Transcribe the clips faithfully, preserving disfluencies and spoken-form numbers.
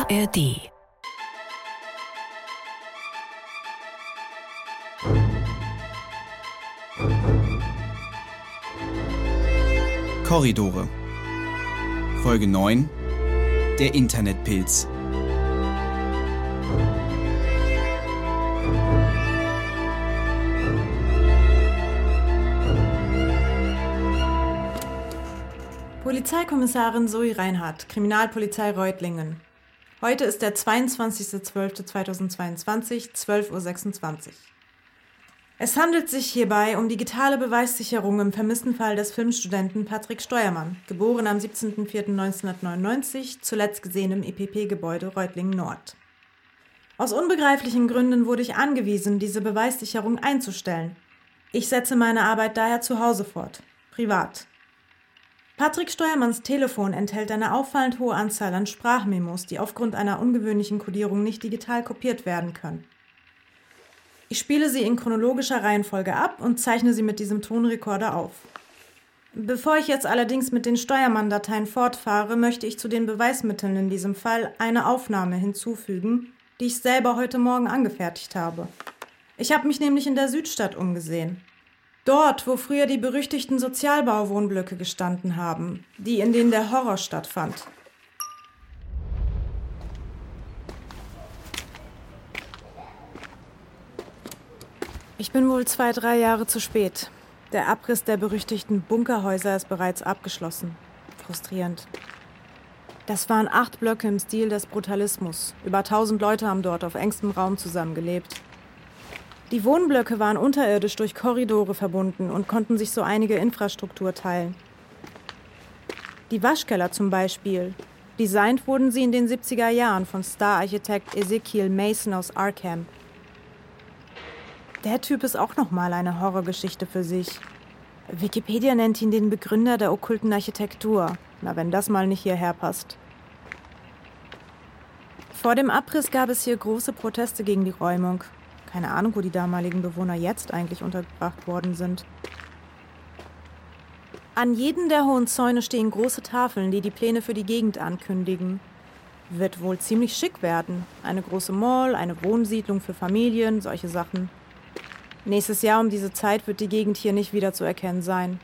A R D. Korridore. Folge neun. Der Internetpilz. Polizeikommissarin Zoe Reinhardt, Kriminalpolizei Reutlingen. Heute ist der zweiundzwanzigster zwölfter zweitausendzweiundzwanzig, zwölf Uhr sechsundzwanzig. Es handelt sich hierbei um digitale Beweissicherung im vermissten Fall des Filmstudenten Patrick Steuermann, geboren am siebzehnten vierten neunzehnhundertneunundneunzig, zuletzt gesehen im E P P-Gebäude Reutlingen Nord. Aus unbegreiflichen Gründen wurde ich angewiesen, diese Beweissicherung einzustellen. Ich setze meine Arbeit daher zu Hause fort, privat. Patrick Steuermanns Telefon enthält eine auffallend hohe Anzahl an Sprachmemos, die aufgrund einer ungewöhnlichen Kodierung nicht digital kopiert werden können. Ich spiele sie in chronologischer Reihenfolge ab und zeichne sie mit diesem Tonrekorder auf. Bevor ich jetzt allerdings mit den Steuermann-Dateien fortfahre, möchte ich zu den Beweismitteln in diesem Fall eine Aufnahme hinzufügen, die ich selber heute Morgen angefertigt habe. Ich habe mich nämlich in der Südstadt umgesehen. Dort, wo früher die berüchtigten Sozialbauwohnblöcke gestanden haben, die in denen der Horror stattfand. Ich bin wohl zwei, drei Jahre zu spät. Der Abriss der berüchtigten Bunkerhäuser ist bereits abgeschlossen. Frustrierend. Das waren acht Blöcke im Stil des Brutalismus. Über tausend Leute haben dort auf engstem Raum zusammengelebt. Die Wohnblöcke waren unterirdisch durch Korridore verbunden und konnten sich so einige Infrastruktur teilen. Die Waschkeller zum Beispiel. Designt wurden sie in den siebziger Jahren von Star-Architekt Ezekiel Mason aus Arkham. Der Typ ist auch nochmal eine Horrorgeschichte für sich. Wikipedia nennt ihn den Begründer der okkulten Architektur. Na, wenn das mal nicht hierher passt. Vor dem Abriss gab es hier große Proteste gegen die Räumung. Keine Ahnung, wo die damaligen Bewohner jetzt eigentlich untergebracht worden sind. An jedem der hohen Zäune stehen große Tafeln, die die Pläne für die Gegend ankündigen. Wird wohl ziemlich schick werden. Eine große Mall, eine Wohnsiedlung für Familien, solche Sachen. Nächstes Jahr um diese Zeit wird die Gegend hier nicht wieder zu erkennen sein.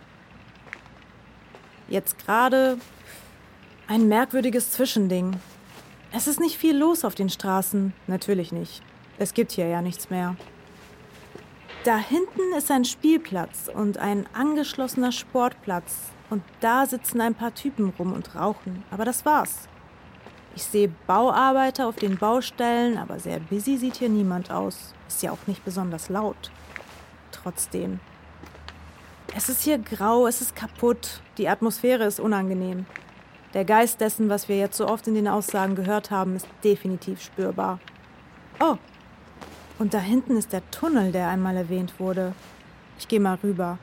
Jetzt gerade ein merkwürdiges Zwischending. Es ist nicht viel los auf den Straßen. Natürlich nicht. Es gibt hier ja nichts mehr. Da hinten ist ein Spielplatz und ein angeschlossener Sportplatz. Und da sitzen ein paar Typen rum und rauchen. Aber das war's. Ich sehe Bauarbeiter auf den Baustellen, aber sehr busy sieht hier niemand aus. Ist ja auch nicht besonders laut. Trotzdem. Es ist hier grau, es ist kaputt. Die Atmosphäre ist unangenehm. Der Geist dessen, was wir jetzt so oft in den Aussagen gehört haben, ist definitiv spürbar. Oh, und da hinten ist der Tunnel, der einmal erwähnt wurde. Ich gehe mal rüber.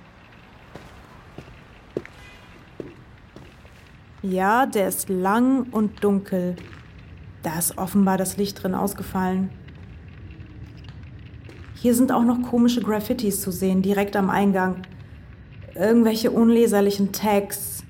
Ja, der ist lang und dunkel. Da ist offenbar das Licht drin ausgefallen. Hier sind auch noch komische Graffitis zu sehen, direkt am Eingang. Irgendwelche unleserlichen Tags.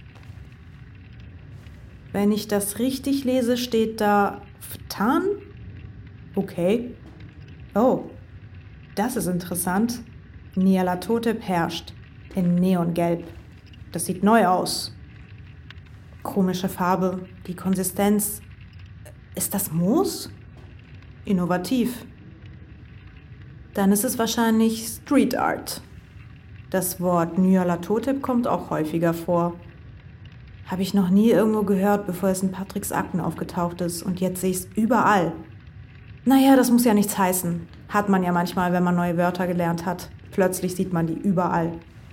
Wenn ich das richtig lese, steht da Ftan? Okay. Oh, das ist interessant. Nyarlathotep herrscht. In Neongelb. Das sieht neu aus. Komische Farbe, die Konsistenz. Ist das Moos? Innovativ. Dann ist es wahrscheinlich Street Art. Das Wort Nyarlathotep kommt auch häufiger vor. Habe ich noch nie irgendwo gehört, bevor es in Patricks Akten aufgetaucht ist. Und jetzt sehe ich es überall. Naja, das muss ja nichts heißen. Hat man ja manchmal, wenn man neue Wörter gelernt hat. Plötzlich sieht man die überall.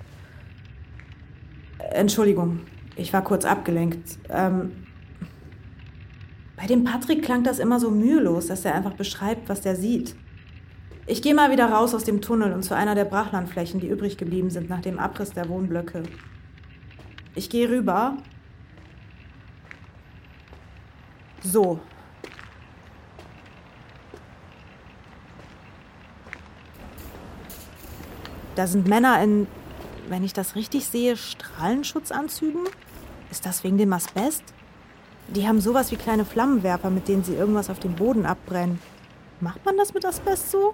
Entschuldigung, ich war kurz abgelenkt. Ähm, bei dem Patrick klang das immer so mühelos, dass er einfach beschreibt, was er sieht. Ich gehe mal wieder raus aus dem Tunnel und zu einer der Brachlandflächen, die übrig geblieben sind nach dem Abriss der Wohnblöcke. Ich gehe rüber. So. Da sind Männer in, wenn ich das richtig sehe, Strahlenschutzanzügen? Ist das wegen dem Asbest? Die haben sowas wie kleine Flammenwerfer, mit denen sie irgendwas auf dem Boden abbrennen. Macht man das mit Asbest so?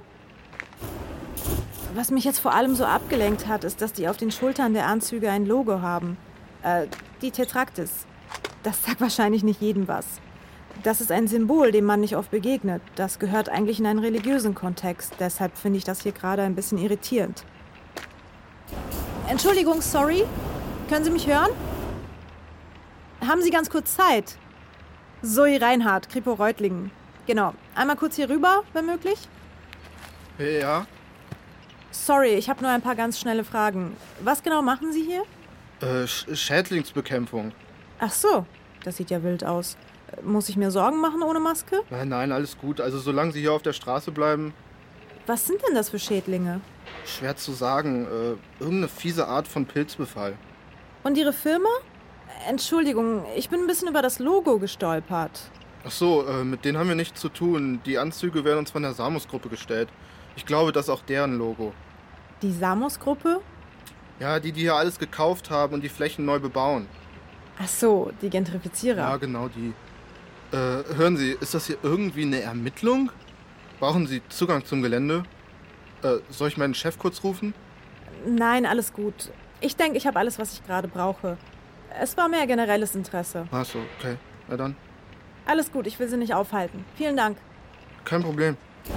Was mich jetzt vor allem so abgelenkt hat, ist, dass die auf den Schultern der Anzüge ein Logo haben. Äh, die Tetraktis. Das sagt wahrscheinlich nicht jedem was. Das ist ein Symbol, dem man nicht oft begegnet. Das gehört eigentlich in einen religiösen Kontext. Deshalb finde ich das hier gerade ein bisschen irritierend. Entschuldigung, sorry. Können Sie mich hören? Haben Sie ganz kurz Zeit? Zoe Reinhardt, Kripo Reutlingen. Genau. Einmal kurz hier rüber, wenn möglich. Ja? Sorry, ich habe nur ein paar ganz schnelle Fragen. Was genau machen Sie hier? Äh, Sch- Schädlingsbekämpfung. Ach so, das sieht ja wild aus. Muss ich mir Sorgen machen ohne Maske? Nein, nein, alles gut. Also solange Sie hier auf der Straße bleiben, Was sind denn das für Schädlinge? schwer zu sagen. Äh, irgendeine fiese Art von Pilzbefall. Und Ihre Firma? Entschuldigung, ich bin ein bisschen über das Logo gestolpert. Ach so, äh, mit denen haben wir nichts zu tun. Die Anzüge werden uns von der Samos-Gruppe gestellt. Ich glaube, das ist auch deren Logo. Die Samos-Gruppe? Ja, die, die hier alles gekauft haben und die Flächen neu bebauen. Ach so, die Gentrifizierer. Ja, genau die. Äh, hören Sie, ist das hier irgendwie eine Ermittlung? Brauchen Sie Zugang zum Gelände? Äh, soll ich meinen Chef kurz rufen? Nein, alles gut. Ich denke, ich habe alles, was ich gerade brauche. Es war mehr generelles Interesse. Ach so, okay. Na dann. Alles gut, ich will Sie nicht aufhalten. Vielen Dank. Kein Problem.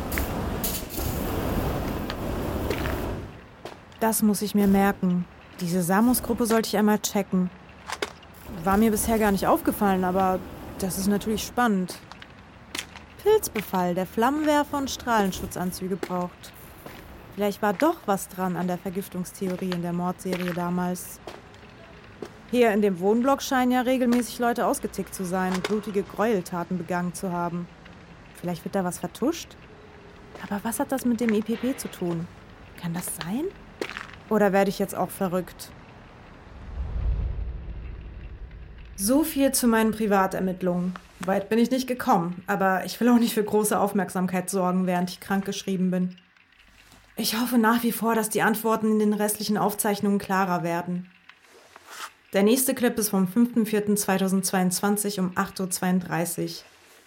Das muss ich mir merken. Diese Samos-Gruppe sollte ich einmal checken. War mir bisher gar nicht aufgefallen, aber das ist natürlich spannend. Pilzbefall, der Flammenwerfer und Strahlenschutzanzüge braucht. Vielleicht war doch was dran an der Vergiftungstheorie in der Mordserie damals. Hier in dem Wohnblock scheinen ja regelmäßig Leute ausgetickt zu sein und blutige Gräueltaten begangen zu haben. Vielleicht wird da was vertuscht? Aber was hat das mit dem I P P zu tun? Kann das sein? Oder werde ich jetzt auch verrückt? So viel zu meinen Privatermittlungen. Weit bin ich nicht gekommen, aber ich will auch nicht für große Aufmerksamkeit sorgen, während ich krankgeschrieben bin. Ich hoffe nach wie vor, dass die Antworten in den restlichen Aufzeichnungen klarer werden. Der nächste Clip ist vom fünfter vierter zweitausendzweiundzwanzig um acht Uhr zweiunddreißig.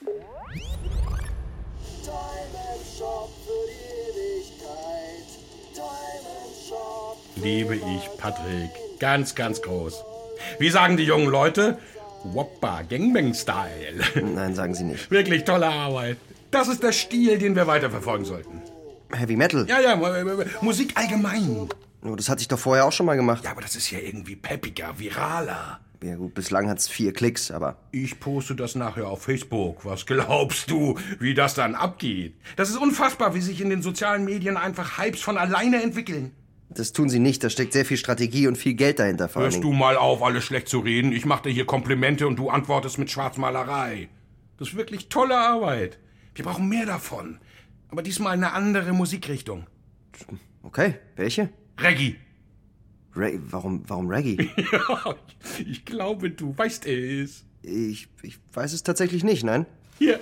Liebe ich Patrick. Ganz, ganz groß. Wie sagen die jungen Leute? Woppa, Gangbang-Style. Nein, sagen Sie nicht. Wirklich tolle Arbeit. Das ist der Stil, den wir weiterverfolgen sollten. Heavy Metal? Ja, ja, äh, Musik allgemein. Oh, das hatte ich doch vorher auch schon mal gemacht. Ja, aber das ist ja irgendwie peppiger, viraler. Ja gut, bislang hat's vier Klicks, aber... Ich poste das nachher auf Facebook. Was glaubst du, wie das dann abgeht? Das ist unfassbar, wie sich in den sozialen Medien einfach Hypes von alleine entwickeln. Das tun Sie nicht, da steckt sehr viel Strategie und viel Geld dahinter. Vor allen Hörst Dingen. du mal auf, alles schlecht zu reden? Ich mache dir hier Komplimente und du antwortest mit Schwarzmalerei. Das ist wirklich tolle Arbeit. Wir brauchen mehr davon. Aber diesmal eine andere Musikrichtung. Okay, welche? Reggae. Re- warum, warum Reggae? Ja, ich glaube, du weißt es. Ich, ich weiß es tatsächlich nicht, nein. Hier.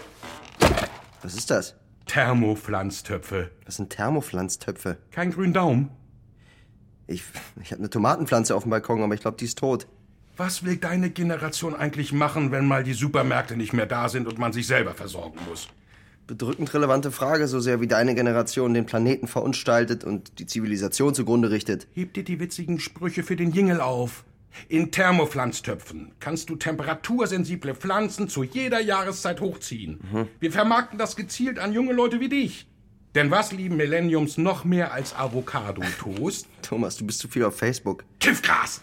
Was ist das? Thermopflanztöpfe. Das sind Thermopflanztöpfe. Kein grünen Daumen. Ich, ich habe eine Tomatenpflanze auf dem Balkon, aber ich glaube, die ist tot. Was will deine Generation eigentlich machen, wenn mal die Supermärkte nicht mehr da sind und man sich selber versorgen muss? Bedrückend relevante Frage, so sehr wie deine Generation den Planeten verunstaltet und die Zivilisation zugrunde richtet. Heb dir die witzigen Sprüche für den Jingle auf. In Thermopflanztöpfen kannst du temperatursensible Pflanzen zu jeder Jahreszeit hochziehen. Mhm. Wir vermarkten das gezielt an junge Leute wie dich. Denn was lieben Millenniums noch mehr als Avocado-Toast? Thomas, du bist zu viel auf Facebook. Kiffgras!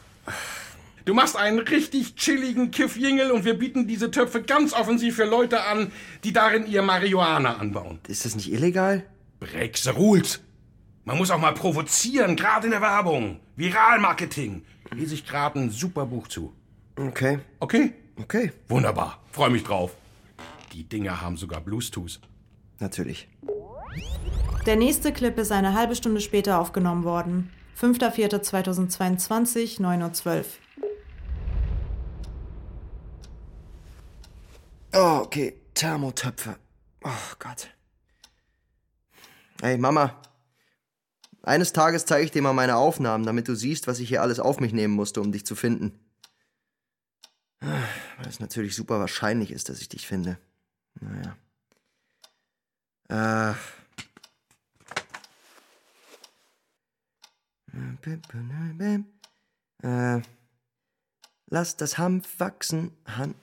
Du machst einen richtig chilligen Kiff-Jingle und wir bieten diese Töpfe ganz offensiv für Leute an, die darin ihr Marihuana anbauen. Ist das nicht illegal? Break the rules. Man muss auch mal provozieren, gerade in der Werbung. Viralmarketing. Lese ich gerade ein super Buch zu. Okay. Okay? Okay. Wunderbar. Freu mich drauf. Die Dinger haben sogar Bluetooth. Natürlich. Der nächste Clip ist eine halbe Stunde später aufgenommen worden. fünfter vierter zweitausendzweiundzwanzig, neun Uhr zwölf. Oh, okay. Thermotöpfe. Oh Gott. Hey, Mama. Eines Tages zeige ich dir mal meine Aufnahmen, damit du siehst, was ich hier alles auf mich nehmen musste, um dich zu finden. Das Was natürlich super wahrscheinlich ist, dass ich dich finde. Naja. Äh. Äh. Lass das Hanf wachsen. Han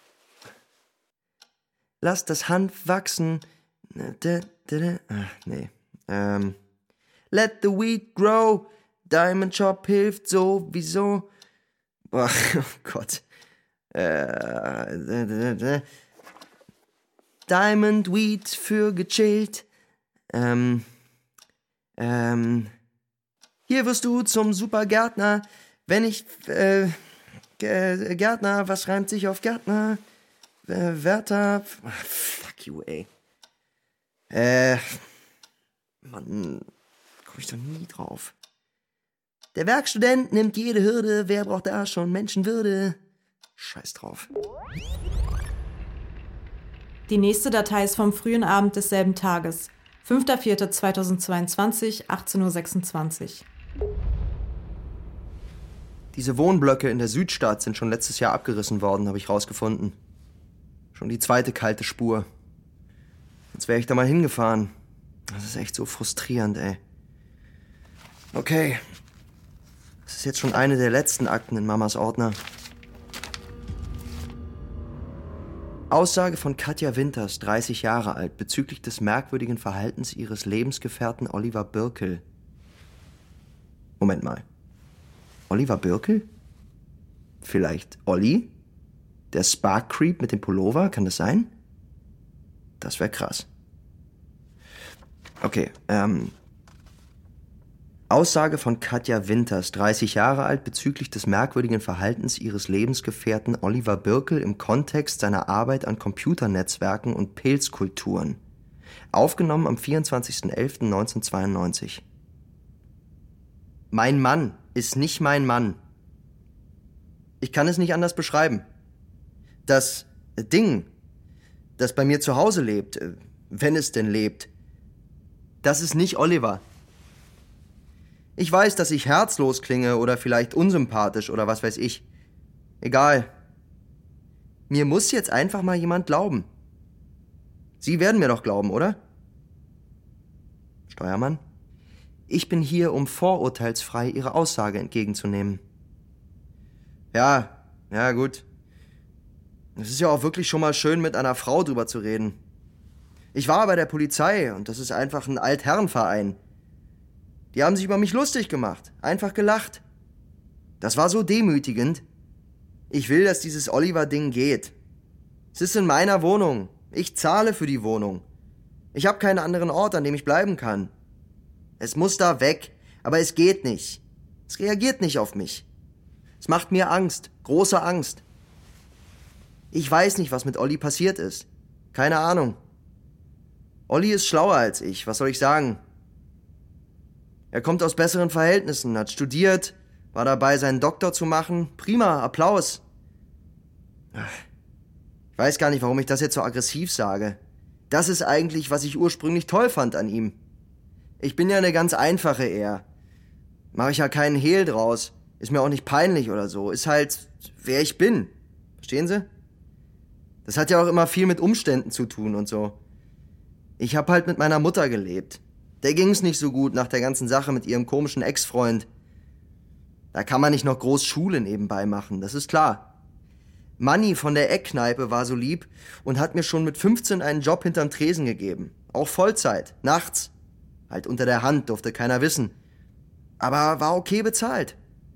Lass das Hanf wachsen. Ach, nee. Ähm. Let the wheat grow. Diamond Shop hilft sowieso. Oh, oh Gott. Äh. Diamond Weed für gechillt. Ähm. Ähm. Hier wirst du zum Supergärtner. Wenn ich. Äh. Gärtner, was reimt sich auf Gärtner? Äh, Wärter. Fuck you, ey. Äh. Mann. Komm ich doch nie drauf. Der Werkstudent nimmt jede Hürde. Wer braucht da schon Menschenwürde? Scheiß drauf. Die nächste Datei ist vom frühen Abend desselben Tages. fünfter vierter zweitausendzweiundzwanzig, achtzehn Uhr sechsundzwanzig. Diese Wohnblöcke in der Südstadt sind schon letztes Jahr abgerissen worden, habe ich rausgefunden. Schon die zweite kalte Spur. Jetzt wäre ich da mal hingefahren. Das ist echt so frustrierend, ey. Okay. Das ist jetzt schon eine der letzten Akten in Mamas Ordner. Aussage von Katja Winters, dreißig Jahre alt, bezüglich des merkwürdigen Verhaltens ihres Lebensgefährten Oliver Birkel. Moment mal. Oliver Birkel? Vielleicht Olli? Der Spark Creep mit dem Pullover? Kann das sein? Das wäre krass. Okay, ähm... Aussage von Katja Winters, dreißig Jahre alt, bezüglich des merkwürdigen Verhaltens ihres Lebensgefährten Oliver Birkel im Kontext seiner Arbeit an Computernetzwerken und Pilzkulturen. Aufgenommen am vierundzwanzigster elfter neunzehnhundertzweiundneunzig. Mein Mann ist nicht mein Mann. Ich kann es nicht anders beschreiben. Das Ding, das bei mir zu Hause lebt, wenn es denn lebt, das ist nicht Oliver. Ich weiß, dass ich herzlos klinge oder vielleicht unsympathisch oder was weiß ich. Egal. Mir muss jetzt einfach mal jemand glauben. Sie werden mir doch glauben, oder? Steuermann? Ich bin hier, um vorurteilsfrei Ihre Aussage entgegenzunehmen. Ja, ja gut. Es ist ja auch wirklich schon mal schön, mit einer Frau drüber zu reden. Ich war bei der Polizei und das ist einfach ein Altherrenverein. Die haben sich über mich lustig gemacht, einfach gelacht. Das war so demütigend. Ich will, dass dieses Oliver-Ding geht. Es ist in meiner Wohnung. Ich zahle für die Wohnung. Ich habe keinen anderen Ort, an dem ich bleiben kann. Es muss da weg, aber es geht nicht. Es reagiert nicht auf mich. Es macht mir Angst, große Angst. Ich weiß nicht, was mit Olli passiert ist. Keine Ahnung. Olli ist schlauer als ich, was soll ich sagen? Er kommt aus besseren Verhältnissen, hat studiert, war dabei, seinen Doktor zu machen. Prima, Applaus. Ich weiß gar nicht, warum ich das jetzt so aggressiv sage. Das ist eigentlich, was ich ursprünglich toll fand an ihm. Ich bin ja eine ganz einfache eher. Mache ich ja keinen Hehl draus. Ist mir auch nicht peinlich oder so. Ist halt, wer ich bin. Verstehen Sie? Das hat ja auch immer viel mit Umständen zu tun und so. Ich hab halt mit meiner Mutter gelebt. Der ging's nicht so gut nach der ganzen Sache mit ihrem komischen Ex-Freund. Da kann man nicht noch groß Schule nebenbei machen, das ist klar. Manni von der Eckkneipe war so lieb und hat mir schon mit fünfzehn einen Job hinterm Tresen gegeben. Auch Vollzeit, nachts. Halt unter der Hand, durfte keiner wissen. Aber war okay bezahlt.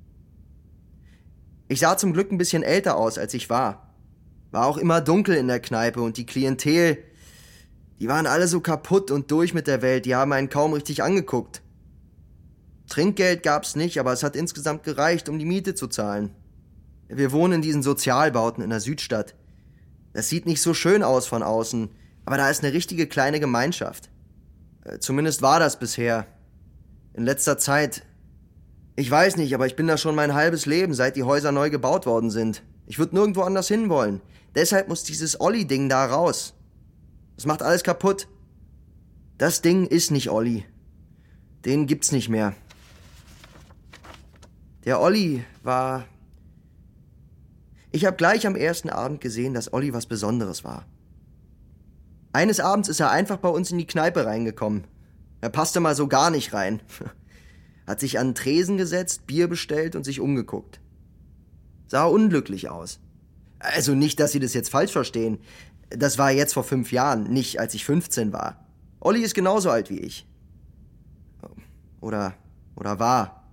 Ich sah zum Glück ein bisschen älter aus, als ich war. War auch immer dunkel in der Kneipe und die Klientel... Die waren alle so kaputt und durch mit der Welt, die haben einen kaum richtig angeguckt. Trinkgeld gab's nicht, aber es hat insgesamt gereicht, um die Miete zu zahlen. Wir wohnen in diesen Sozialbauten in der Südstadt. Das sieht nicht so schön aus von außen, aber da ist eine richtige kleine Gemeinschaft. Zumindest war das bisher. In letzter Zeit. Ich weiß nicht, aber ich bin da schon mein halbes Leben, seit die Häuser neu gebaut worden sind. Ich würde nirgendwo anders hinwollen. Deshalb muss dieses Olli-Ding da raus. Das macht alles kaputt. Das Ding ist nicht Olli. Den gibt's nicht mehr. Der Olli war... Ich habe gleich am ersten Abend gesehen, dass Olli was Besonderes war. Eines Abends ist er einfach bei uns in die Kneipe reingekommen. Er passte mal so gar nicht rein. Hat sich an den Tresen gesetzt, Bier bestellt und sich umgeguckt. Sah unglücklich aus. Also nicht, dass Sie das jetzt falsch verstehen. Das war jetzt vor fünf Jahren, nicht als ich fünfzehn war. Olli ist genauso alt wie ich. Oder, oder war.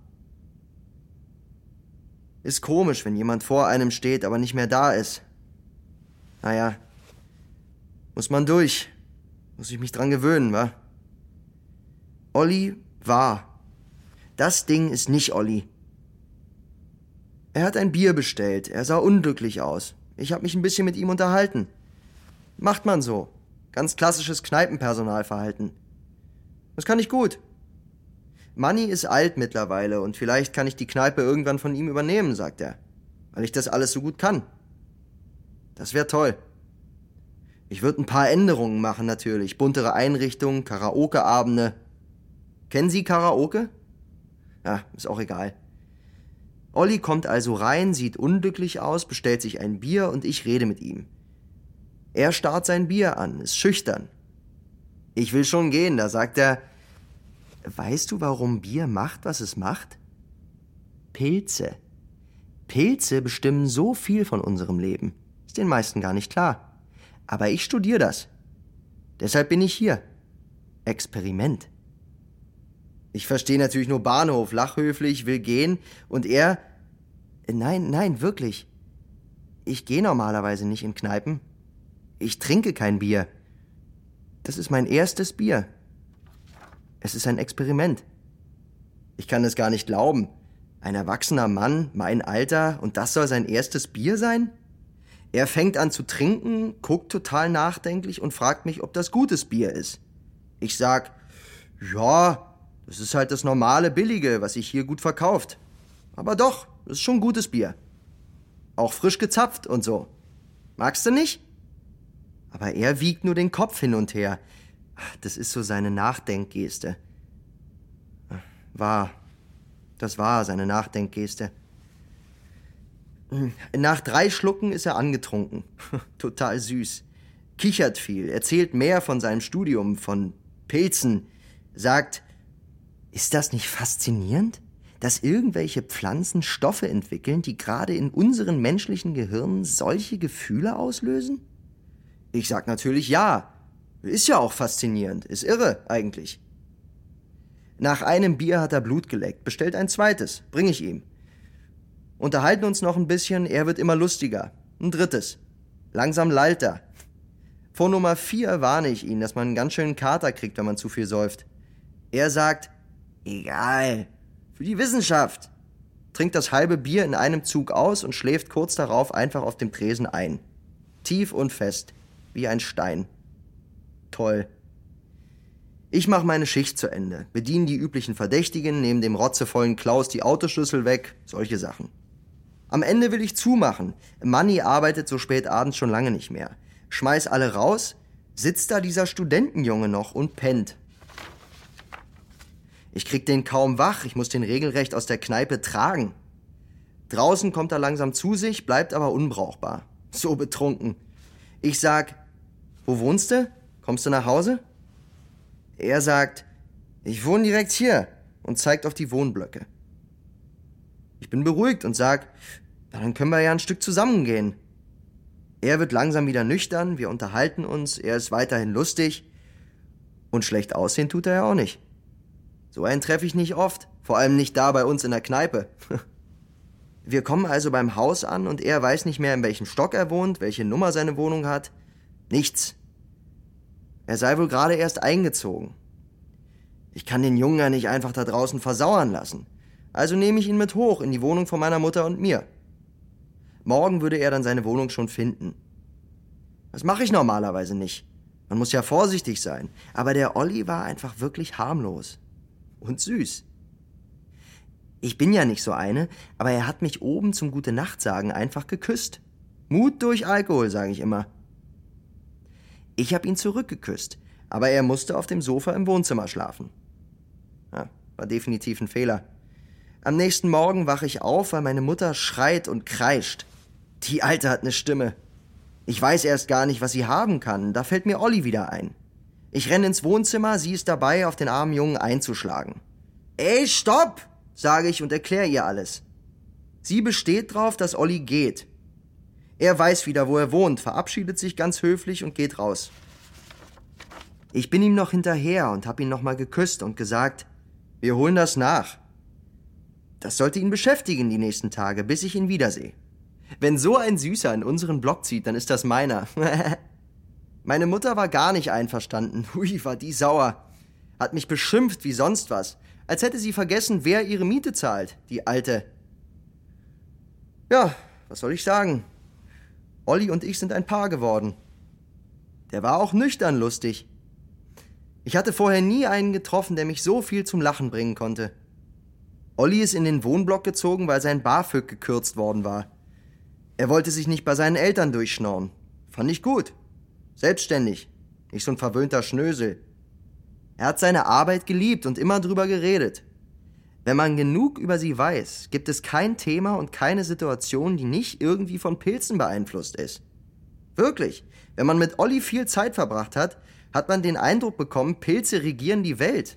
Ist komisch, wenn jemand vor einem steht, aber nicht mehr da ist. Naja, muss man durch. Muss ich mich dran gewöhnen, wa? Olli war. Das Ding ist nicht Olli. Er hat ein Bier bestellt. Er sah unglücklich aus. Ich habe mich ein bisschen mit ihm unterhalten. Macht man so. Ganz klassisches Kneipenpersonalverhalten. Das kann ich gut. Manni ist alt mittlerweile und vielleicht kann ich die Kneipe irgendwann von ihm übernehmen, sagt er. Weil ich das alles so gut kann. Das wäre toll. Ich würde ein paar Änderungen machen natürlich. Buntere Einrichtungen, Karaoke-Abende. Kennen Sie Karaoke? Ja, ist auch egal. Olli kommt also rein, sieht unglücklich aus, bestellt sich ein Bier und ich rede mit ihm. Er starrt sein Bier an, ist schüchtern. Ich will schon gehen, da sagt er, weißt du, warum Bier macht, was es macht? Pilze. Pilze bestimmen so viel von unserem Leben. Ist den meisten gar nicht klar. Aber ich studiere das. Deshalb bin ich hier. Experiment. Ich verstehe natürlich nur Bahnhof, lach höflich, will gehen und er... Nein, nein, wirklich. Ich gehe normalerweise nicht in Kneipen. Ich trinke kein Bier. Das ist mein erstes Bier. Es ist ein Experiment. Ich kann es gar nicht glauben. Ein erwachsener Mann, mein Alter, und das soll sein erstes Bier sein? Er fängt an zu trinken, guckt total nachdenklich und fragt mich, ob das gutes Bier ist. Ich sag, ja, das ist halt das normale Billige, was sich hier gut verkauft. Aber doch, das ist schon gutes Bier. Auch frisch gezapft und so. Magst du nicht? Aber er wiegt nur den Kopf hin und her. Das ist so seine Nachdenkgeste. War. Das war seine Nachdenkgeste. Nach drei Schlucken ist er angetrunken. Total süß. Kichert viel, erzählt mehr von seinem Studium, von Pilzen. Sagt, ist das nicht faszinierend, dass irgendwelche Pflanzen Stoffe entwickeln, die gerade in unseren menschlichen Gehirnen solche Gefühle auslösen? Ich sag natürlich ja. Ist ja auch faszinierend. Ist irre, eigentlich. Nach einem Bier hat er Blut geleckt. Bestellt ein zweites. Bring ich ihm. Unterhalten uns noch ein bisschen. Er wird immer lustiger. Ein drittes. Langsam lallt er. Vor Nummer vier warne ich ihn, dass man einen ganz schönen Kater kriegt, wenn man zu viel säuft. Er sagt, egal. Für die Wissenschaft. Trinkt das halbe Bier in einem Zug aus und schläft kurz darauf einfach auf dem Tresen ein. Tief und fest. Wie ein Stein. Toll. Ich mache meine Schicht zu Ende, bediene die üblichen Verdächtigen, nehme dem rotzevollen Klaus die Autoschlüssel weg, solche Sachen. Am Ende will ich zumachen. Manni arbeitet so spät abends schon lange nicht mehr. Schmeiß alle raus, sitzt da dieser Studentenjunge noch und pennt. Ich krieg den kaum wach, ich muss den regelrecht aus der Kneipe tragen. Draußen kommt er langsam zu sich, bleibt aber unbrauchbar. So betrunken. Ich sag, wo wohnst du? Kommst du nach Hause? Er sagt, ich wohne direkt hier und zeigt auf die Wohnblöcke. Ich bin beruhigt und sag, dann können wir ja ein Stück zusammengehen. Er wird langsam wieder nüchtern, wir unterhalten uns, er ist weiterhin lustig und schlecht aussehen tut er ja auch nicht. So einen treffe ich nicht oft, vor allem nicht da bei uns in der Kneipe. Wir kommen also beim Haus an und er weiß nicht mehr, in welchem Stock er wohnt, welche Nummer seine Wohnung hat. Nichts. Er sei wohl gerade erst eingezogen. Ich kann den Jungen ja nicht einfach da draußen versauern lassen. Also nehme ich ihn mit hoch in die Wohnung von meiner Mutter und mir. Morgen würde er dann seine Wohnung schon finden. Das mache ich normalerweise nicht. Man muss ja vorsichtig sein. Aber der Olli war einfach wirklich harmlos. Und süß. Ich bin ja nicht so eine, aber er hat mich oben zum Gute-Nacht-Sagen einfach geküsst. Mut durch Alkohol, sage ich immer. Ich habe ihn zurückgeküsst, aber er musste auf dem Sofa im Wohnzimmer schlafen. Ja, war definitiv ein Fehler. Am nächsten Morgen wache ich auf, weil meine Mutter schreit und kreischt. Die Alte hat eine Stimme. Ich weiß erst gar nicht, was sie haben kann. Da fällt mir Olli wieder ein. Ich renne ins Wohnzimmer, sie ist dabei, auf den armen Jungen einzuschlagen. »Ey, stopp!« sage ich und erkläre ihr alles. Sie besteht drauf, dass Olli geht. Er weiß wieder, wo er wohnt, verabschiedet sich ganz höflich und geht raus. Ich bin ihm noch hinterher und hab ihn noch mal geküsst und gesagt, wir holen das nach. Das sollte ihn beschäftigen die nächsten Tage, bis ich ihn wiedersehe. Wenn so ein Süßer in unseren Block zieht, dann ist das meiner. Meine Mutter war gar nicht einverstanden. Hui, war die sauer. Hat mich beschimpft wie sonst was. Als hätte sie vergessen, wer ihre Miete zahlt, die Alte. Ja, was soll ich sagen? Olli und ich sind ein Paar geworden. Der war auch nüchtern lustig. Ich hatte vorher nie einen getroffen, der mich so viel zum Lachen bringen konnte. Olli ist in den Wohnblock gezogen, weil sein BAföG gekürzt worden war. Er wollte sich nicht bei seinen Eltern durchschnorren. Fand ich gut. Selbstständig. Nicht so ein verwöhnter Schnösel. Er hat seine Arbeit geliebt und immer drüber geredet. Wenn man genug über sie weiß, gibt es kein Thema und keine Situation, die nicht irgendwie von Pilzen beeinflusst ist. Wirklich. Wenn man mit Olli viel Zeit verbracht hat, hat man den Eindruck bekommen, Pilze regieren die Welt.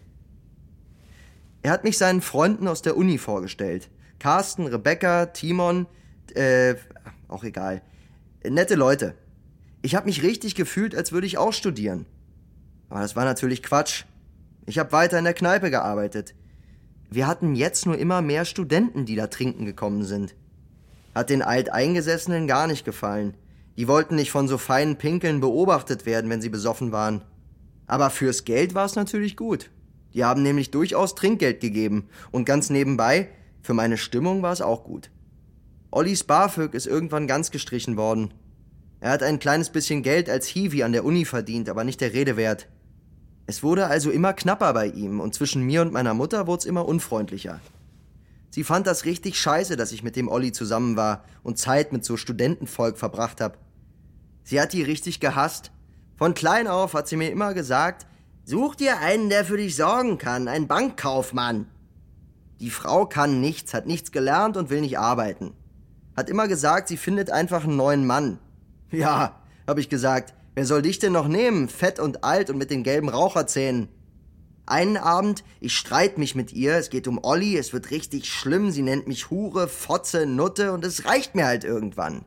Er hat mich seinen Freunden aus der Uni vorgestellt. Carsten, Rebecca, Timon, äh, auch egal. Nette Leute. Ich habe mich richtig gefühlt, als würde ich auch studieren. Aber das war natürlich Quatsch. Ich habe weiter in der Kneipe gearbeitet. Wir hatten jetzt nur immer mehr Studenten, die da trinken gekommen sind. Hat den Alteingesessenen gar nicht gefallen. Die wollten nicht von so feinen Pinkeln beobachtet werden, wenn sie besoffen waren. Aber fürs Geld war es natürlich gut. Die haben nämlich durchaus Trinkgeld gegeben. Und ganz nebenbei, für meine Stimmung war es auch gut. Ollis BAföG ist irgendwann ganz gestrichen worden. Er hat ein kleines bisschen Geld als Hiwi an der Uni verdient, aber nicht der Rede wert. Es wurde also immer knapper bei ihm und zwischen mir und meiner Mutter wurde es immer unfreundlicher. Sie fand das richtig scheiße, dass ich mit dem Olli zusammen war und Zeit mit so Studentenvolk verbracht habe. Sie hat die richtig gehasst. Von klein auf hat sie mir immer gesagt, such dir einen, der für dich sorgen kann, ein Bankkaufmann. Die Frau kann nichts, hat nichts gelernt und will nicht arbeiten. Hat immer gesagt, sie findet einfach einen neuen Mann. Ja, habe ich gesagt, wer soll dich denn noch nehmen, fett und alt und mit den gelben Raucherzähnen? Einen Abend, ich streite mich mit ihr, es geht um Olli, es wird richtig schlimm, sie nennt mich Hure, Fotze, Nutte und es reicht mir halt irgendwann.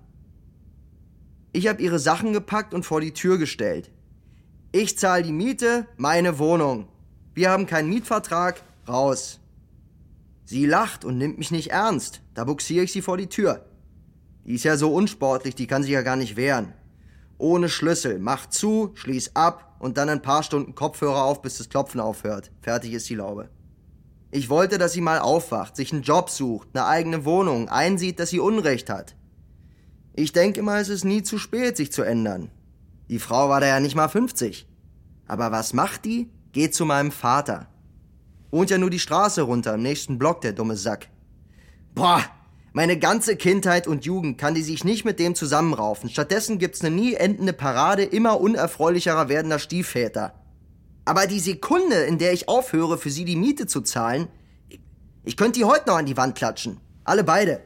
Ich habe ihre Sachen gepackt und vor die Tür gestellt. Ich zahle die Miete, meine Wohnung. Wir haben keinen Mietvertrag, raus. Sie lacht und nimmt mich nicht ernst, da buxiere ich sie vor die Tür. Die ist ja so unsportlich, die kann sich ja gar nicht wehren. Ohne Schlüssel, mach zu, schließ ab und dann ein paar Stunden Kopfhörer auf, bis das Klopfen aufhört. Fertig ist die Laube. Ich wollte, dass sie mal aufwacht, sich einen Job sucht, eine eigene Wohnung, einsieht, dass sie Unrecht hat. Ich denke mal, es ist nie zu spät, sich zu ändern. Die Frau war da ja nicht mal fünfzig. Aber was macht die? Geht zu meinem Vater. Wohnt ja nur die Straße runter, im nächsten Block, der dumme Sack. Boah, meine ganze Kindheit und Jugend kann die sich nicht mit dem zusammenraufen. Stattdessen gibt's eine nie endende Parade immer unerfreulicherer werdender Stiefväter. Aber die Sekunde, in der ich aufhöre, für sie die Miete zu zahlen, ich, ich könnte die heute noch an die Wand klatschen. Alle beide.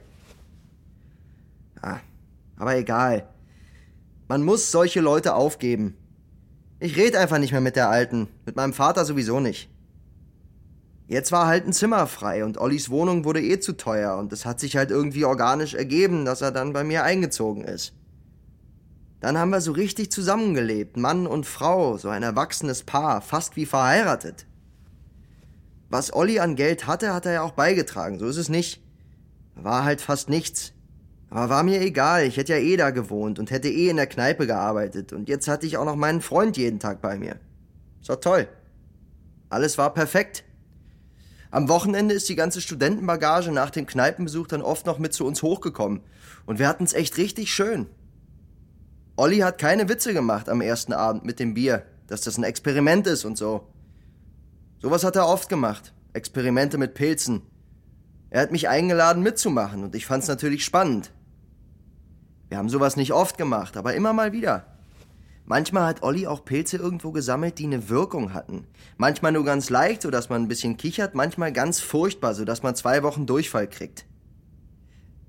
Ah, aber egal. Man muss solche Leute aufgeben. Ich rede einfach nicht mehr mit der Alten. Mit meinem Vater sowieso nicht. Jetzt war halt ein Zimmer frei und Ollis Wohnung wurde eh zu teuer und es hat sich halt irgendwie organisch ergeben, dass er dann bei mir eingezogen ist. Dann haben wir so richtig zusammengelebt, Mann und Frau, so ein erwachsenes Paar, fast wie verheiratet. Was Olli an Geld hatte, hat er ja auch beigetragen, so ist es nicht. War halt fast nichts. Aber war mir egal, ich hätte ja eh da gewohnt und hätte eh in der Kneipe gearbeitet und jetzt hatte ich auch noch meinen Freund jeden Tag bei mir. Ist doch toll. Alles war perfekt. Am Wochenende ist die ganze Studentenbagage nach dem Kneipenbesuch dann oft noch mit zu uns hochgekommen. Und wir hatten's echt richtig schön. Olli hat keine Witze gemacht am ersten Abend mit dem Bier, dass das ein Experiment ist und so. Sowas hat er oft gemacht. Experimente mit Pilzen. Er hat mich eingeladen mitzumachen und ich fand's natürlich spannend. Wir haben sowas nicht oft gemacht, aber immer mal wieder. Manchmal hat Olli auch Pilze irgendwo gesammelt, die eine Wirkung hatten. Manchmal nur ganz leicht, sodass man ein bisschen kichert, manchmal ganz furchtbar, sodass man zwei Wochen Durchfall kriegt.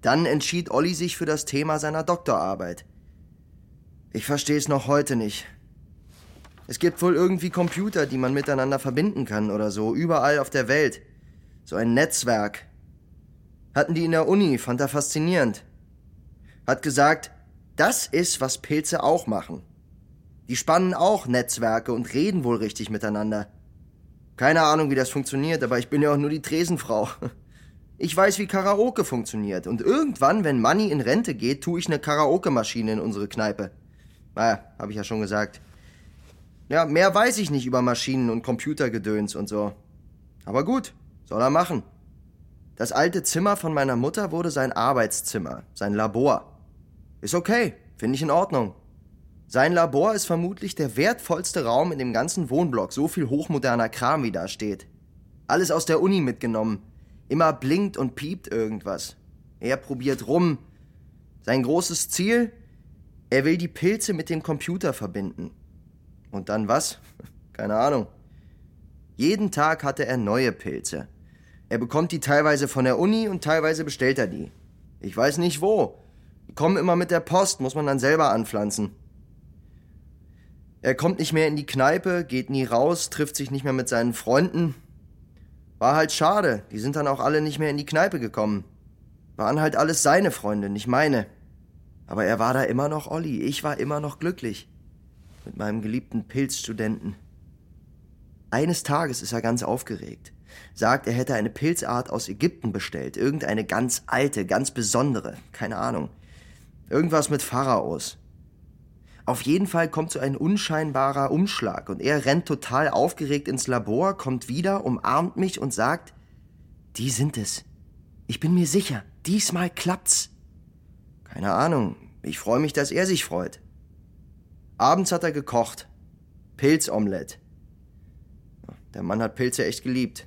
Dann entschied Olli sich für das Thema seiner Doktorarbeit. Ich verstehe es noch heute nicht. Es gibt wohl irgendwie Computer, die man miteinander verbinden kann oder so, überall auf der Welt. So ein Netzwerk. Hatten die in der Uni, fand er faszinierend. Hat gesagt, das ist, was Pilze auch machen. Die spannen auch Netzwerke und reden wohl richtig miteinander. Keine Ahnung, wie das funktioniert, aber ich bin ja auch nur die Tresenfrau. Ich weiß, wie Karaoke funktioniert. Und irgendwann, wenn Manni in Rente geht, tue ich eine Karaoke-Maschine in unsere Kneipe. Naja, habe ich ja schon gesagt. Ja, mehr weiß ich nicht über Maschinen und Computergedöns und so. Aber gut, soll er machen. Das alte Zimmer von meiner Mutter wurde sein Arbeitszimmer, sein Labor. Ist okay, finde ich in Ordnung. Sein Labor ist vermutlich der wertvollste Raum in dem ganzen Wohnblock, so viel hochmoderner Kram wie da steht. Alles aus der Uni mitgenommen. Immer blinkt und piept irgendwas. Er probiert rum. Sein großes Ziel? Er will die Pilze mit dem Computer verbinden. Und dann was? Keine Ahnung. Jeden Tag hatte er neue Pilze. Er bekommt die teilweise von der Uni und teilweise bestellt er die. Ich weiß nicht wo. Die kommen immer mit der Post, muss man dann selber anpflanzen. Er kommt nicht mehr in die Kneipe, geht nie raus, trifft sich nicht mehr mit seinen Freunden. War halt schade, die sind dann auch alle nicht mehr in die Kneipe gekommen. Waren halt alles seine Freunde, nicht meine. Aber er war da immer noch Olli, ich war immer noch glücklich. Mit meinem geliebten Pilzstudenten. Eines Tages ist er ganz aufgeregt. Sagt, er hätte eine Pilzart aus Ägypten bestellt. Irgendeine ganz alte, ganz besondere. Keine Ahnung. Irgendwas mit Pharaos. Auf jeden Fall kommt so ein unscheinbarer Umschlag und er rennt total aufgeregt ins Labor, kommt wieder, umarmt mich und sagt, die sind es. Ich bin mir sicher, diesmal klappt's. Keine Ahnung, ich freue mich, dass er sich freut. Abends hat er gekocht. Pilzomelett. Der Mann hat Pilze echt geliebt.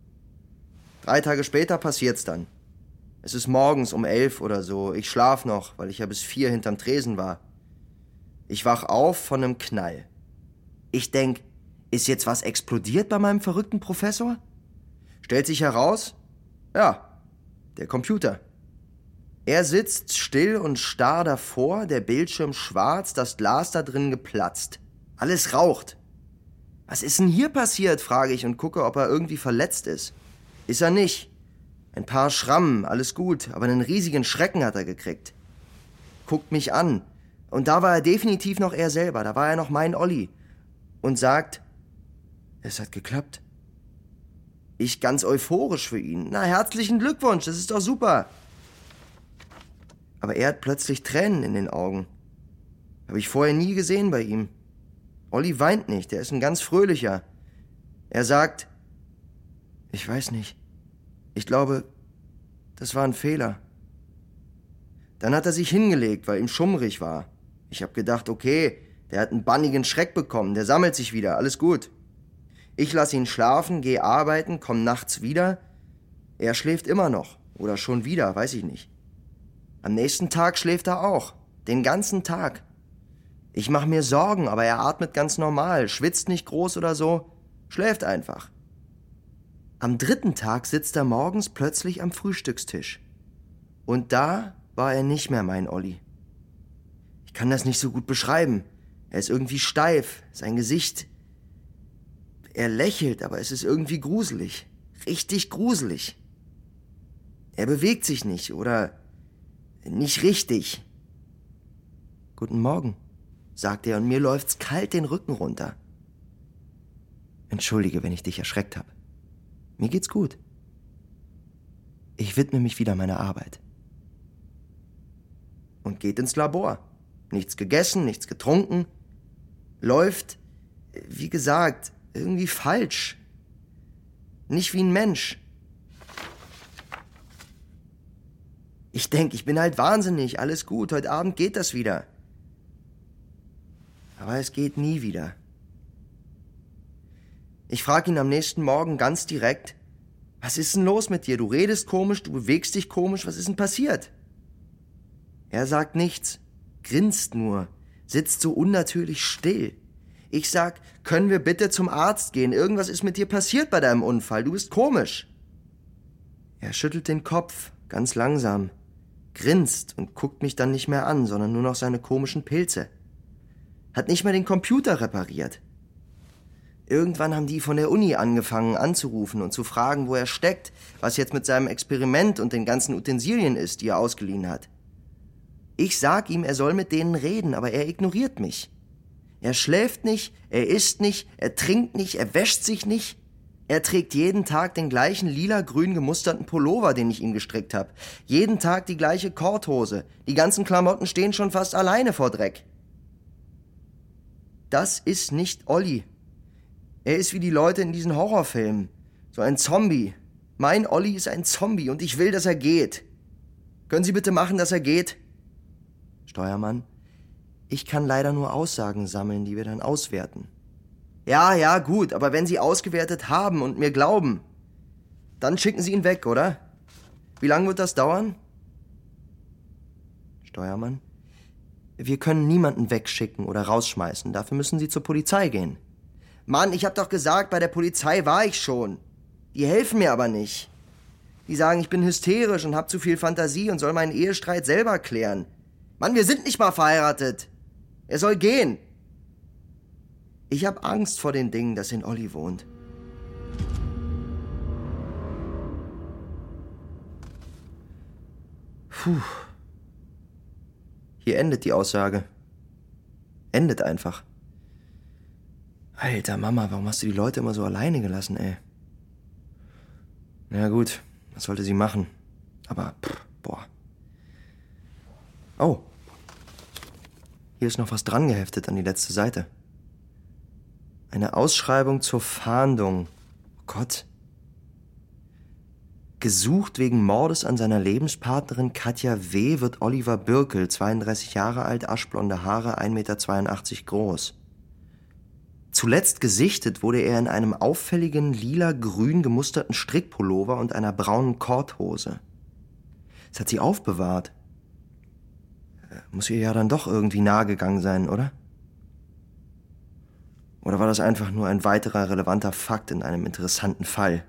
Drei Tage später passiert's dann. Es ist morgens um elf oder so. Ich schlaf noch, weil ich ja bis vier hinterm Tresen war. Ich wach auf von einem Knall. Ich denk, ist jetzt was explodiert bei meinem verrückten Professor? Stellt sich heraus, ja, der Computer. Er sitzt still und starr davor, der Bildschirm schwarz, das Glas da drin geplatzt. Alles raucht. Was ist denn hier passiert, frage ich und gucke, ob er irgendwie verletzt ist. Ist er nicht. Ein paar Schrammen, alles gut, aber einen riesigen Schrecken hat er gekriegt. Guckt mich an. Und da war er definitiv noch er selber, da war er noch mein Olli. Und sagt, es hat geklappt. Ich ganz euphorisch für ihn. Na, herzlichen Glückwunsch, das ist doch super. Aber er hat plötzlich Tränen in den Augen. Habe ich vorher nie gesehen bei ihm. Olli weint nicht, er ist ein ganz fröhlicher. Er sagt, ich weiß nicht. Ich glaube, das war ein Fehler. Dann hat er sich hingelegt, weil ihm schummrig war. Ich hab gedacht, okay, der hat einen bannigen Schreck bekommen, der sammelt sich wieder, alles gut. Ich lass ihn schlafen, geh arbeiten, komm nachts wieder. Er schläft immer noch. Oder schon wieder, weiß ich nicht. Am nächsten Tag schläft er auch. Den ganzen Tag. Ich mach mir Sorgen, aber er atmet ganz normal, schwitzt nicht groß oder so, schläft einfach. Am dritten Tag sitzt er morgens plötzlich am Frühstückstisch. Und da war er nicht mehr mein Olli. Ich kann das nicht so gut beschreiben. Er ist irgendwie steif, sein Gesicht. Er lächelt, aber es ist irgendwie gruselig. Richtig gruselig. Er bewegt sich nicht oder nicht richtig. Guten Morgen, sagt er und mir läuft's kalt den Rücken runter. Entschuldige, wenn ich dich erschreckt habe. Mir geht's gut. Ich widme mich wieder meiner Arbeit. Und geht ins Labor. Nichts gegessen, nichts getrunken. Läuft, wie gesagt, irgendwie falsch. Nicht wie ein Mensch. Ich denke, ich bin halt wahnsinnig, alles gut, heute Abend geht das wieder. Aber es geht nie wieder. Ich frage ihn am nächsten Morgen ganz direkt, was ist denn los mit dir? Du redest komisch, du bewegst dich komisch, was ist denn passiert? Er sagt nichts, grinst nur, sitzt so unnatürlich still. Ich sag, können wir bitte zum Arzt gehen? Irgendwas ist mit dir passiert bei deinem Unfall, du bist komisch. Er schüttelt den Kopf, ganz langsam. grinst und guckt mich dann nicht mehr an, sondern nur noch seine komischen Pilze. Hat nicht mal den Computer repariert. Irgendwann haben die von der Uni angefangen anzurufen und zu fragen, wo er steckt, was jetzt mit seinem Experiment und den ganzen Utensilien ist, die er ausgeliehen hat. Ich sag ihm, er soll mit denen reden, aber er ignoriert mich. Er schläft nicht, er isst nicht, er trinkt nicht, er wäscht sich nicht. Er trägt jeden Tag den gleichen lila-grün gemusterten Pullover, den ich ihm gestrickt habe. Jeden Tag die gleiche Korthose. Die ganzen Klamotten stehen schon fast alleine vor Dreck. Das ist nicht Olli. Er ist wie die Leute in diesen Horrorfilmen. So ein Zombie. Mein Olli ist ein Zombie und ich will, dass er geht. Können Sie bitte machen, dass er geht? Steuermann, ich kann leider nur Aussagen sammeln, die wir dann auswerten. Ja, ja, gut, aber wenn Sie ausgewertet haben und mir glauben, dann schicken Sie ihn weg, oder? Wie lange wird das dauern? Steuermann, wir können niemanden wegschicken oder rausschmeißen. Dafür müssen Sie zur Polizei gehen. Mann, ich hab doch gesagt, bei der Polizei war ich schon. Die helfen mir aber nicht. Die sagen, ich bin hysterisch und hab zu viel Fantasie und soll meinen Ehestreit selber klären. Mann, wir sind nicht mal verheiratet. Er soll gehen. Ich hab Angst vor den Dingen, das in Olli wohnt. Puh. Hier endet die Aussage. Endet einfach. Alter, Mama, warum hast du die Leute immer so alleine gelassen, ey? Na gut, was sollte sie machen? Aber, pff, boah. Oh. Hier ist noch was dran geheftet an die letzte Seite. Eine Ausschreibung zur Fahndung. Oh Gott. Gesucht wegen Mordes an seiner Lebenspartnerin Katja W. wird Oliver Birkel, zweiunddreißig Jahre alt, aschblonde Haare, ein Meter zweiundachtzig groß. Zuletzt gesichtet wurde er in einem auffälligen lila-grün gemusterten Strickpullover und einer braunen Korthose. Das hat sie aufbewahrt. Muss ihr ja dann doch irgendwie nahe gegangen sein, oder? Oder war das einfach nur ein weiterer relevanter Fakt in einem interessanten Fall?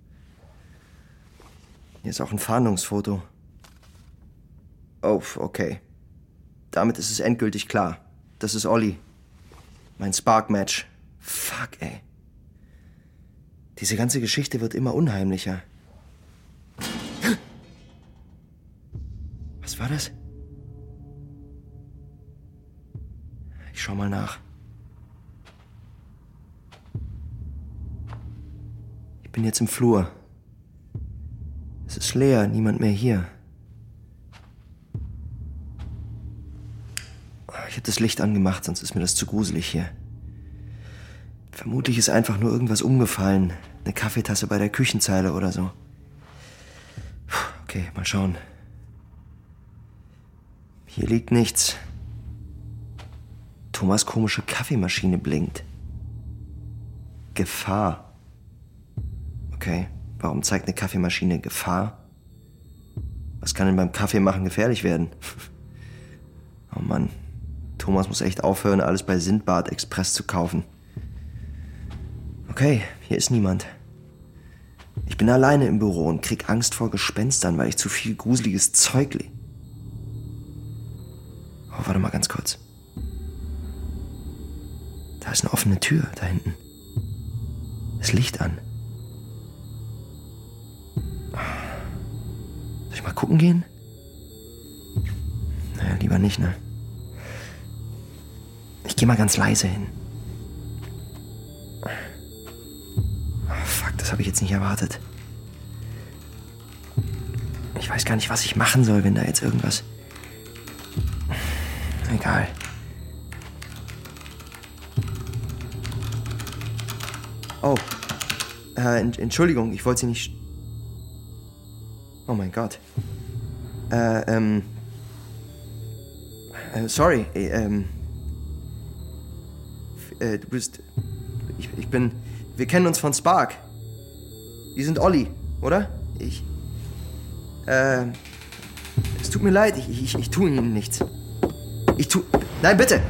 Hier ist auch ein Fahndungsfoto. Oh, okay. Damit ist es endgültig klar. Das ist Olli. Mein Spark-Match. Fuck, ey. Diese ganze Geschichte wird immer unheimlicher. Was war das? Ich schau mal nach. Ich bin jetzt im Flur. Es ist leer, niemand mehr hier. Ich habe das Licht angemacht, sonst ist mir das zu gruselig hier. Vermutlich ist einfach nur irgendwas umgefallen. Eine Kaffeetasse bei der Küchenzeile oder so. Okay, mal schauen. Hier liegt nichts. Thomas' komische Kaffeemaschine blinkt. Gefahr. Okay, warum zeigt eine Kaffeemaschine Gefahr? Was kann denn beim Kaffeemachen gefährlich werden? Oh Mann, Thomas muss echt aufhören, alles bei Sindbad Express zu kaufen. Okay, hier ist niemand. Ich bin alleine im Büro und krieg Angst vor Gespenstern, weil ich zu viel gruseliges Zeug le... Oh, warte mal ganz kurz. Da ist eine offene Tür, da hinten. Das Licht an. Soll ich mal gucken gehen? Naja, lieber nicht, ne? Ich geh mal ganz leise hin. Oh, fuck, das habe ich jetzt nicht erwartet. Ich weiß gar nicht, was ich machen soll, wenn da jetzt irgendwas... Egal. Oh, äh, Entschuldigung, ich wollte Sie nicht... Oh mein Gott. Äh, ähm... Äh, sorry, äh, ähm... Äh, du bist... Ich, ich bin... Wir kennen uns von Spark. Die sind Olli, oder? Ich... Äh... Es tut mir leid, ich, ich, ich tue Ihnen nichts. Ich tu... Nein, bitte!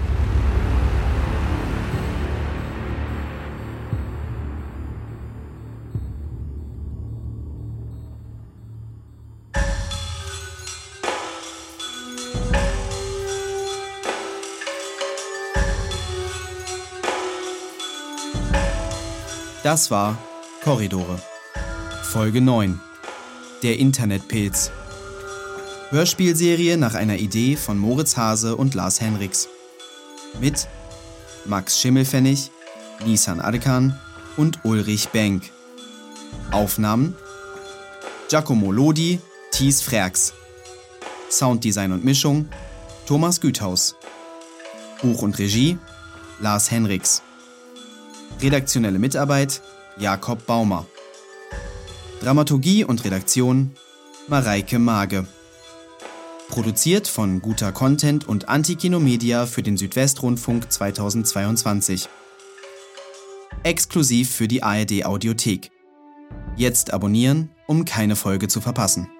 Das war Korridore. Folge neun. Der Internetpilz. Hörspielserie nach einer Idee von Moritz Hase und Lars Henriks. Mit Max Schimmelpfennig, Nisan Adkan und Ulrich Benk. Aufnahmen Giacomo Lodi, Thies Frerks. Sounddesign und Mischung Thomas Güthaus. Buch und Regie Lars Henriks. Redaktionelle Mitarbeit Jakob Baumer. Dramaturgie und Redaktion Mareike Mage. Produziert von Guter Content und Antikino Media für den Südwestrundfunk zweitausendzweiundzwanzig. Exklusiv für die A R D Audiothek. Jetzt abonnieren, um keine Folge zu verpassen.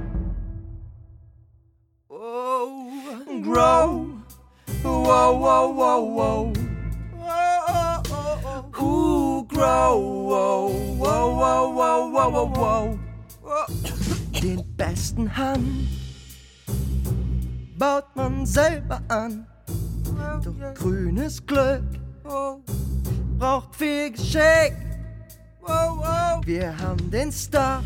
Oh, grow. Wow, wow, wow, wow. Ooh, grow. Wow, wow, wow, wow, wow, wow. Den besten Hand baut man selber an. Doch grünes Glück braucht viel Geschick. Wir haben den Star,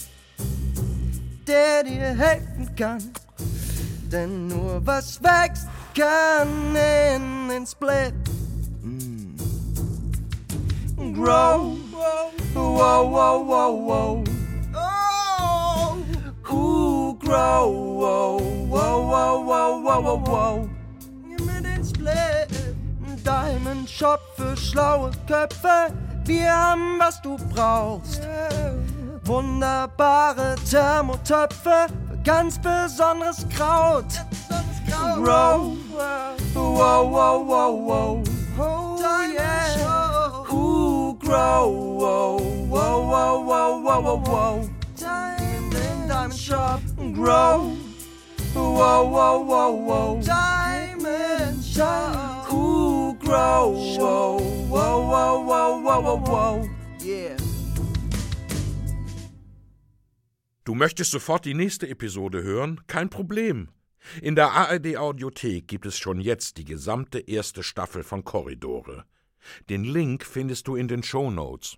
der dir helfen kann. Denn nur was wächst, kann in den Split. Mm. Grow, wow, wow, wow, wow. Ooh, grow, wow, wow, wow, wow, wow, wow, wow. Gib mir den Split. Diamond Shop für schlaue Köpfe. Wir haben, was du brauchst. Wunderbare Thermotöpfe für ganz besonderes Kraut. Grow, wow, wow, wow, wow. Oh yeah. Ooh, grow, wow, wow, wow, wow, wow, wow, wow. Diamond, Diamond Shop. Grow, wow, wow, wow, wow. Diamond Shop. Ooh, grow, wow, wow, wow, wow, wow, wow, wow. Yeah. Du möchtest sofort die nächste Episode hören? Kein Problem. In der A R D Audiothek gibt es schon jetzt die gesamte erste Staffel von Korridore. Den Link findest du in den Shownotes.